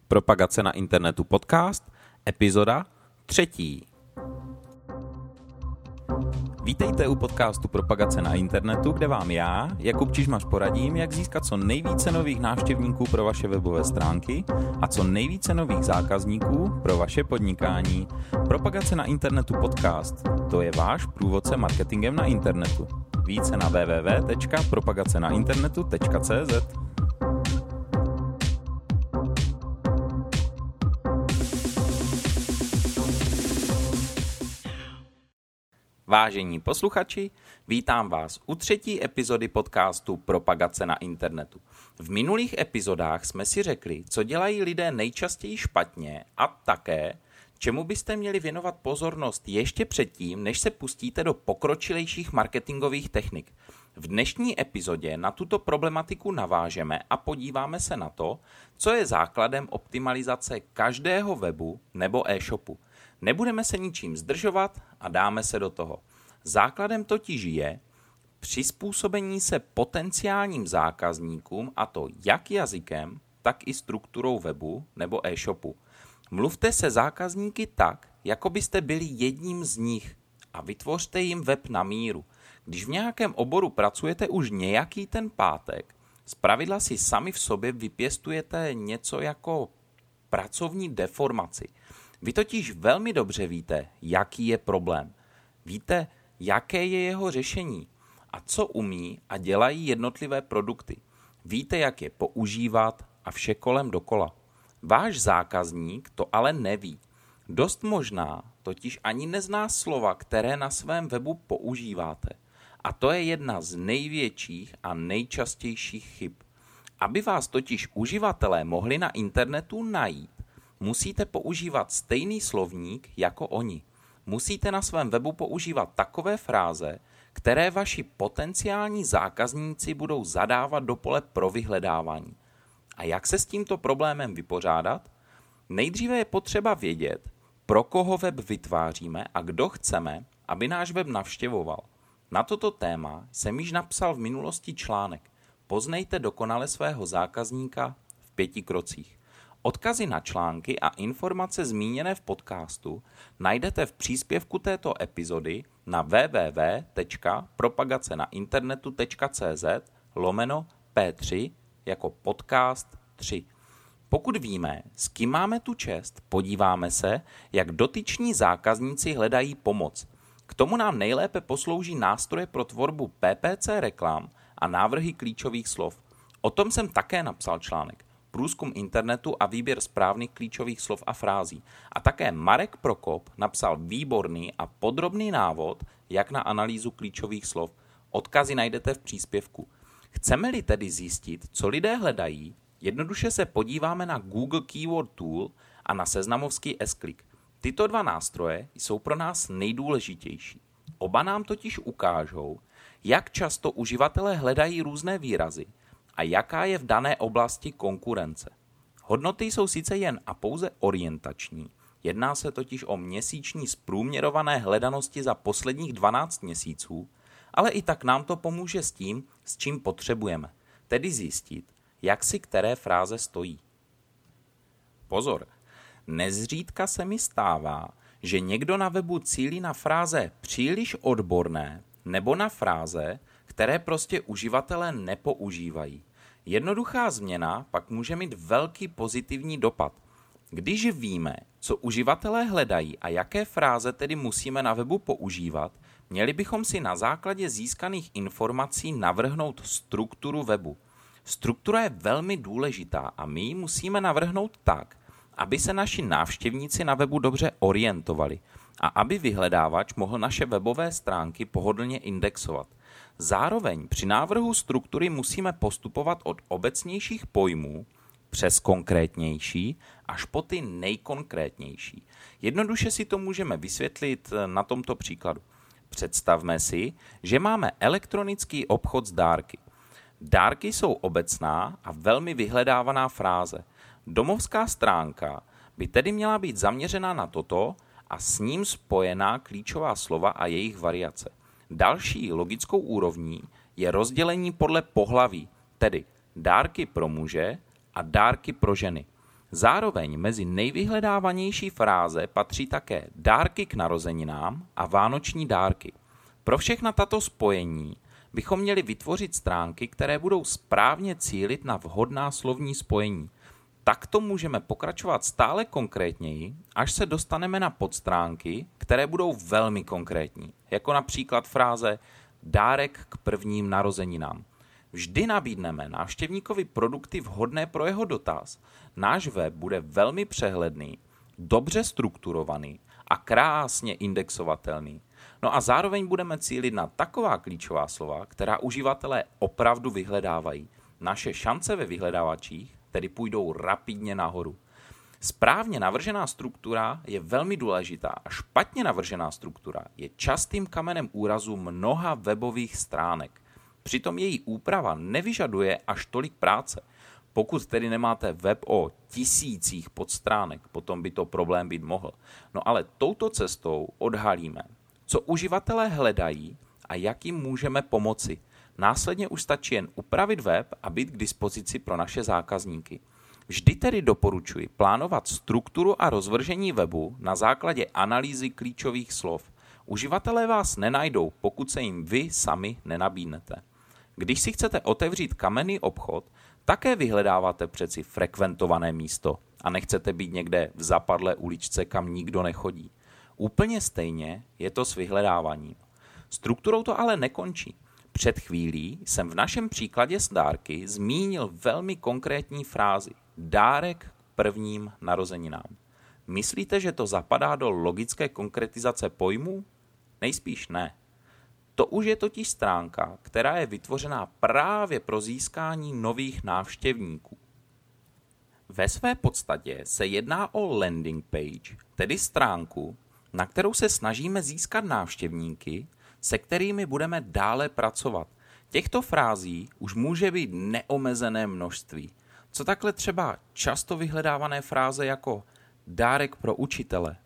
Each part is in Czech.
Propagace na internetu podcast, epizoda 3. Vítejte u podcastu Propagace na internetu, kde vám já, Jakub Čižmař, poradím, jak získat co nejvíce nových návštěvníků pro vaše webové stránky a co nejvíce nových zákazníků pro vaše podnikání. Propagace na internetu podcast, to je váš průvodce marketingem na internetu. Více na www.propagacenainternetu.cz. Vážení posluchači, vítám vás u 3. epizody podcastu Propagace na internetu. V minulých epizodách jsme si řekli, co dělají lidé nejčastěji špatně a také, čemu byste měli věnovat pozornost ještě předtím, než se pustíte do pokročilejších marketingových technik. V dnešní epizodě na tuto problematiku navážeme a podíváme se na to, co je základem optimalizace každého webu nebo e-shopu. Nebudeme se ničím zdržovat a dáme se do toho. Základem totiž je přizpůsobení se potenciálním zákazníkům, a to jak jazykem, tak i strukturou webu nebo e-shopu. Mluvte se zákazníky tak, jako byste byli jedním z nich a vytvořte jim web na míru. Když v nějakém oboru pracujete už nějaký ten pátek, zpravidla si sami v sobě vypěstujete něco jako pracovní deformaci. Vy totiž velmi dobře víte, jaký je problém. Víte, jaké je jeho řešení a co umí a dělají jednotlivé produkty. Víte, jak je používat a vše kolem dokola. Váš zákazník to ale neví. Dost možná totiž ani nezná slova, které na svém webu používáte. A to je jedna z největších a nejčastějších chyb. Aby vás totiž uživatelé mohli na internetu najít, musíte používat stejný slovník jako oni. Musíte na svém webu používat takové fráze, které vaši potenciální zákazníci budou zadávat do pole pro vyhledávání. A jak se s tímto problémem vypořádat? Nejdříve je potřeba vědět, pro koho web vytváříme a kdo chceme, aby náš web navštěvoval. Na toto téma jsem již napsal v minulosti článek. Poznejte dokonale svého zákazníka v 5 krocích. Odkazy na články a informace zmíněné v podcastu najdete v příspěvku této epizody na www.propagacenainternetu.cz/P3 jako podcast 3. Pokud víme, s kým máme tu čest, podíváme se, jak dotyční zákazníci hledají pomoc. K tomu nám nejlépe poslouží nástroje pro tvorbu PPC reklam a návrhy klíčových slov. O tom jsem také napsal článek. Průzkum internetu a výběr správných klíčových slov a frází. A také Marek Prokop napsal výborný a podrobný návod, jak na analýzu klíčových slov. Odkazy najdete v příspěvku. Chceme-li tedy zjistit, co lidé hledají, jednoduše se podíváme na Google Keyword Tool a na seznamovský S-Click. Tyto dva nástroje jsou pro nás nejdůležitější. Oba nám totiž ukážou, jak často uživatelé hledají různé výrazy a jaká je v dané oblasti konkurence. Hodnoty jsou sice jen a pouze orientační, jedná se totiž o měsíční zprůměrované hledanosti za posledních 12 měsíců, ale i tak nám to pomůže s tím, s čím potřebujeme, tedy zjistit, jak si které fráze stojí. Pozor, nezřídka se mi stává, že někdo na webu cílí na fráze příliš odborné nebo na fráze, které prostě uživatelé nepoužívají. Jednoduchá změna pak může mít velký pozitivní dopad. Když víme, co uživatelé hledají a jaké fráze tedy musíme na webu používat, měli bychom si na základě získaných informací navrhnout strukturu webu. Struktura je velmi důležitá a my ji musíme navrhnout tak, aby se naši návštěvníci na webu dobře orientovali a aby vyhledávač mohl naše webové stránky pohodlně indexovat. Zároveň při návrhu struktury musíme postupovat od obecnějších pojmů přes konkrétnější až po ty nejkonkrétnější. Jednoduše si to můžeme vysvětlit na tomto příkladu. Představme si, že máme elektronický obchod s dárky. Dárky jsou obecná a velmi vyhledávaná fráze. Domovská stránka by tedy měla být zaměřená na toto a s ním spojená klíčová slova a jejich variace. Další logickou úrovní je rozdělení podle pohlaví, tedy dárky pro muže a dárky pro ženy. Zároveň mezi nejvyhledávanější fráze patří také dárky k narozeninám a vánoční dárky. Pro všechna tato spojení bychom měli vytvořit stránky, které budou správně cílit na vhodná slovní spojení. Takto můžeme pokračovat stále konkrétněji, až se dostaneme na podstránky, které budou velmi konkrétní, jako například fráze dárek k prvním narozeninám. Vždy nabídneme návštěvníkovi produkty vhodné pro jeho dotaz. Náš web bude velmi přehledný, dobře strukturovaný a krásně indexovatelný. No a zároveň budeme cílit na taková klíčová slova, která uživatelé opravdu vyhledávají. Naše šance ve vyhledávačích tedy půjdou rapidně nahoru. Správně navržená struktura je velmi důležitá a špatně navržená struktura je častým kamenem úrazu mnoha webových stránek. Přitom její úprava nevyžaduje až tolik práce. Pokud tedy nemáte web o tisících podstránek, potom by to problém být mohl. No ale touto cestou odhalíme, co uživatelé hledají a jak jim můžeme pomoci. Následně už stačí jen upravit web a být k dispozici pro naše zákazníky. Vždy tedy doporučuji plánovat strukturu a rozvržení webu na základě analýzy klíčových slov. Uživatelé vás nenajdou, pokud se jim vy sami nenabídnete. Když si chcete otevřít kamenný obchod, také vyhledáváte přeci frekventované místo a nechcete být někde v zapadlé uličce, kam nikdo nechodí. Úplně stejně je to s vyhledáváním. Strukturou to ale nekončí. Před chvílí jsem v našem příkladě s dárky zmínil velmi konkrétní frázi dárek k prvním narozeninám. Myslíte, že to zapadá do logické konkretizace pojmů? Nejspíš ne. To už je totiž stránka, která je vytvořená právě pro získání nových návštěvníků. Ve své podstatě se jedná o landing page, tedy stránku, na kterou se snažíme získat návštěvníky, se kterými budeme dále pracovat. Těchto frází už může být neomezené množství. Co takhle třeba často vyhledávané fráze jako dárek pro učitele,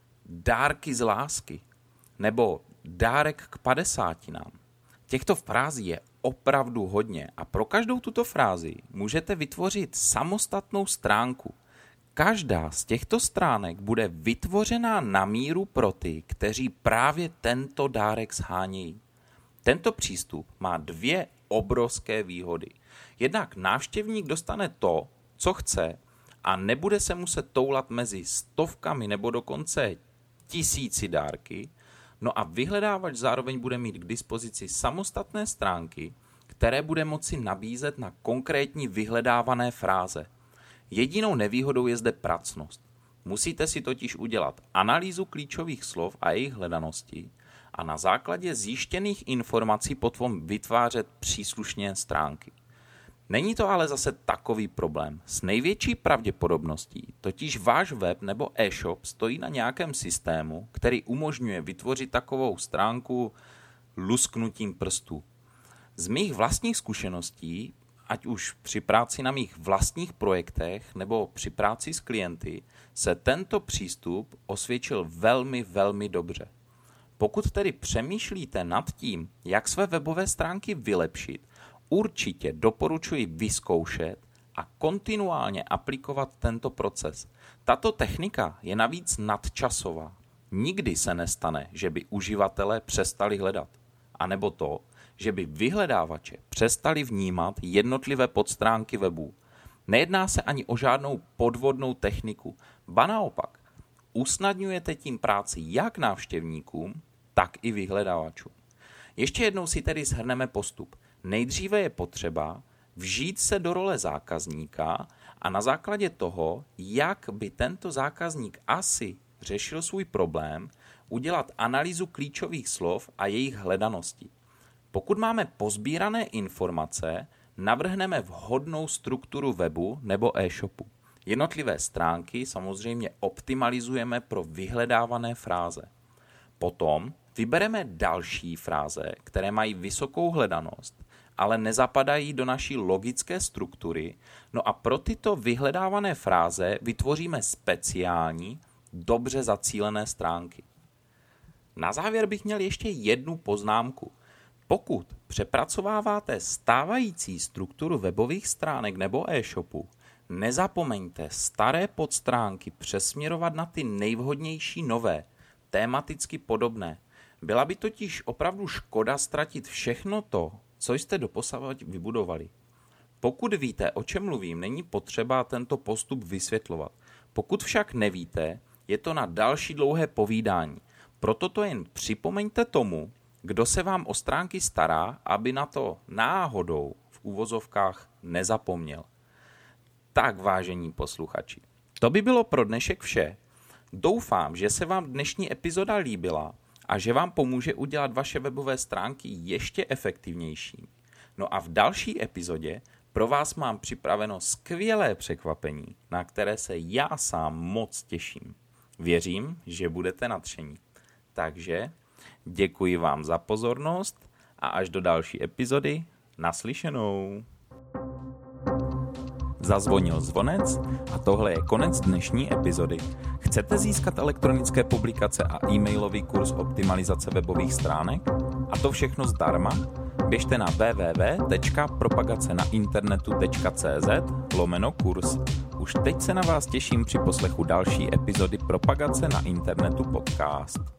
dárky z lásky nebo dárek k 50. Těchto frází je opravdu hodně a pro každou tuto frázi můžete vytvořit samostatnou stránku. Každá z těchto stránek bude vytvořená na míru pro ty, kteří právě tento dárek shánějí. Tento přístup má dvě obrovské výhody. Jednak návštěvník dostane to, co chce a nebude se muset toulat mezi stovkami nebo dokonce tisíci dárky, no a vyhledávač zároveň bude mít k dispozici samostatné stránky, které bude moci nabízet na konkrétní vyhledávané fráze. Jedinou nevýhodou je zde pracnost. Musíte si totiž udělat analýzu klíčových slov a jejich hledanosti a na základě zjištěných informací potom vytvářet příslušně stránky. Není to ale zase takový problém. S největší pravděpodobností totiž váš web nebo e-shop stojí na nějakém systému, který umožňuje vytvořit takovou stránku lusknutím prstů. Z mých vlastních zkušeností, ať už při práci na mých vlastních projektech nebo při práci s klienty, se tento přístup osvědčil velmi, velmi dobře. Pokud tedy přemýšlíte nad tím, jak své webové stránky vylepšit, určitě doporučuji vyzkoušet a kontinuálně aplikovat tento proces. Tato technika je navíc nadčasová. Nikdy se nestane, že by uživatelé přestali hledat. A nebo to, že by vyhledávače přestali vnímat jednotlivé podstránky webů. Nejedná se ani o žádnou podvodnou techniku, ba naopak, usnadňujete tím práci jak návštěvníkům, tak i vyhledávačům. Ještě jednou si tedy shrneme postup. Nejdříve je potřeba vžít se do role zákazníka a na základě toho, jak by tento zákazník asi řešil svůj problém, udělat analýzu klíčových slov a jejich hledanosti. Pokud máme pozbírané informace, navrhneme vhodnou strukturu webu nebo e-shopu. Jednotlivé stránky samozřejmě optimalizujeme pro vyhledávané fráze. Potom vybereme další fráze, které mají vysokou hledanost, ale nezapadají do naší logické struktury, no a pro tyto vyhledávané fráze vytvoříme speciální, dobře zacílené stránky. Na závěr bych měl ještě jednu poznámku. Pokud přepracováváte stávající strukturu webových stránek nebo e-shopu, Nezapomeňte staré podstránky přesměrovat na ty nejvhodnější nové, tematicky podobné. Byla by totiž opravdu škoda ztratit všechno to, co jste doposavad vybudovali. Pokud víte, o čem mluvím, není potřeba tento postup vysvětlovat. Pokud však nevíte, je to na další dlouhé povídání. Proto to jen připomeňte tomu, kdo se vám o stránky stará, aby na to náhodou v uvozovkách nezapomněl. Tak, vážení posluchači, to by bylo pro dnešek vše. Doufám, že se vám dnešní epizoda líbila a že vám pomůže udělat vaše webové stránky ještě efektivnější. No a v další epizodě pro vás mám připraveno skvělé překvapení, na které se já sám moc těším. Věřím, že budete nadšení. Takže děkuji vám za pozornost a až do další epizody naslyšenou. Zazvonil zvonec a tohle je konec dnešní epizody. Chcete získat elektronické publikace a e-mailový kurz optimalizace webových stránek? A to všechno zdarma? Běžte na www.propagacenainternetu.cz/kurs. Už teď se na vás těším při poslechu další epizody Propagace na internetu podcast.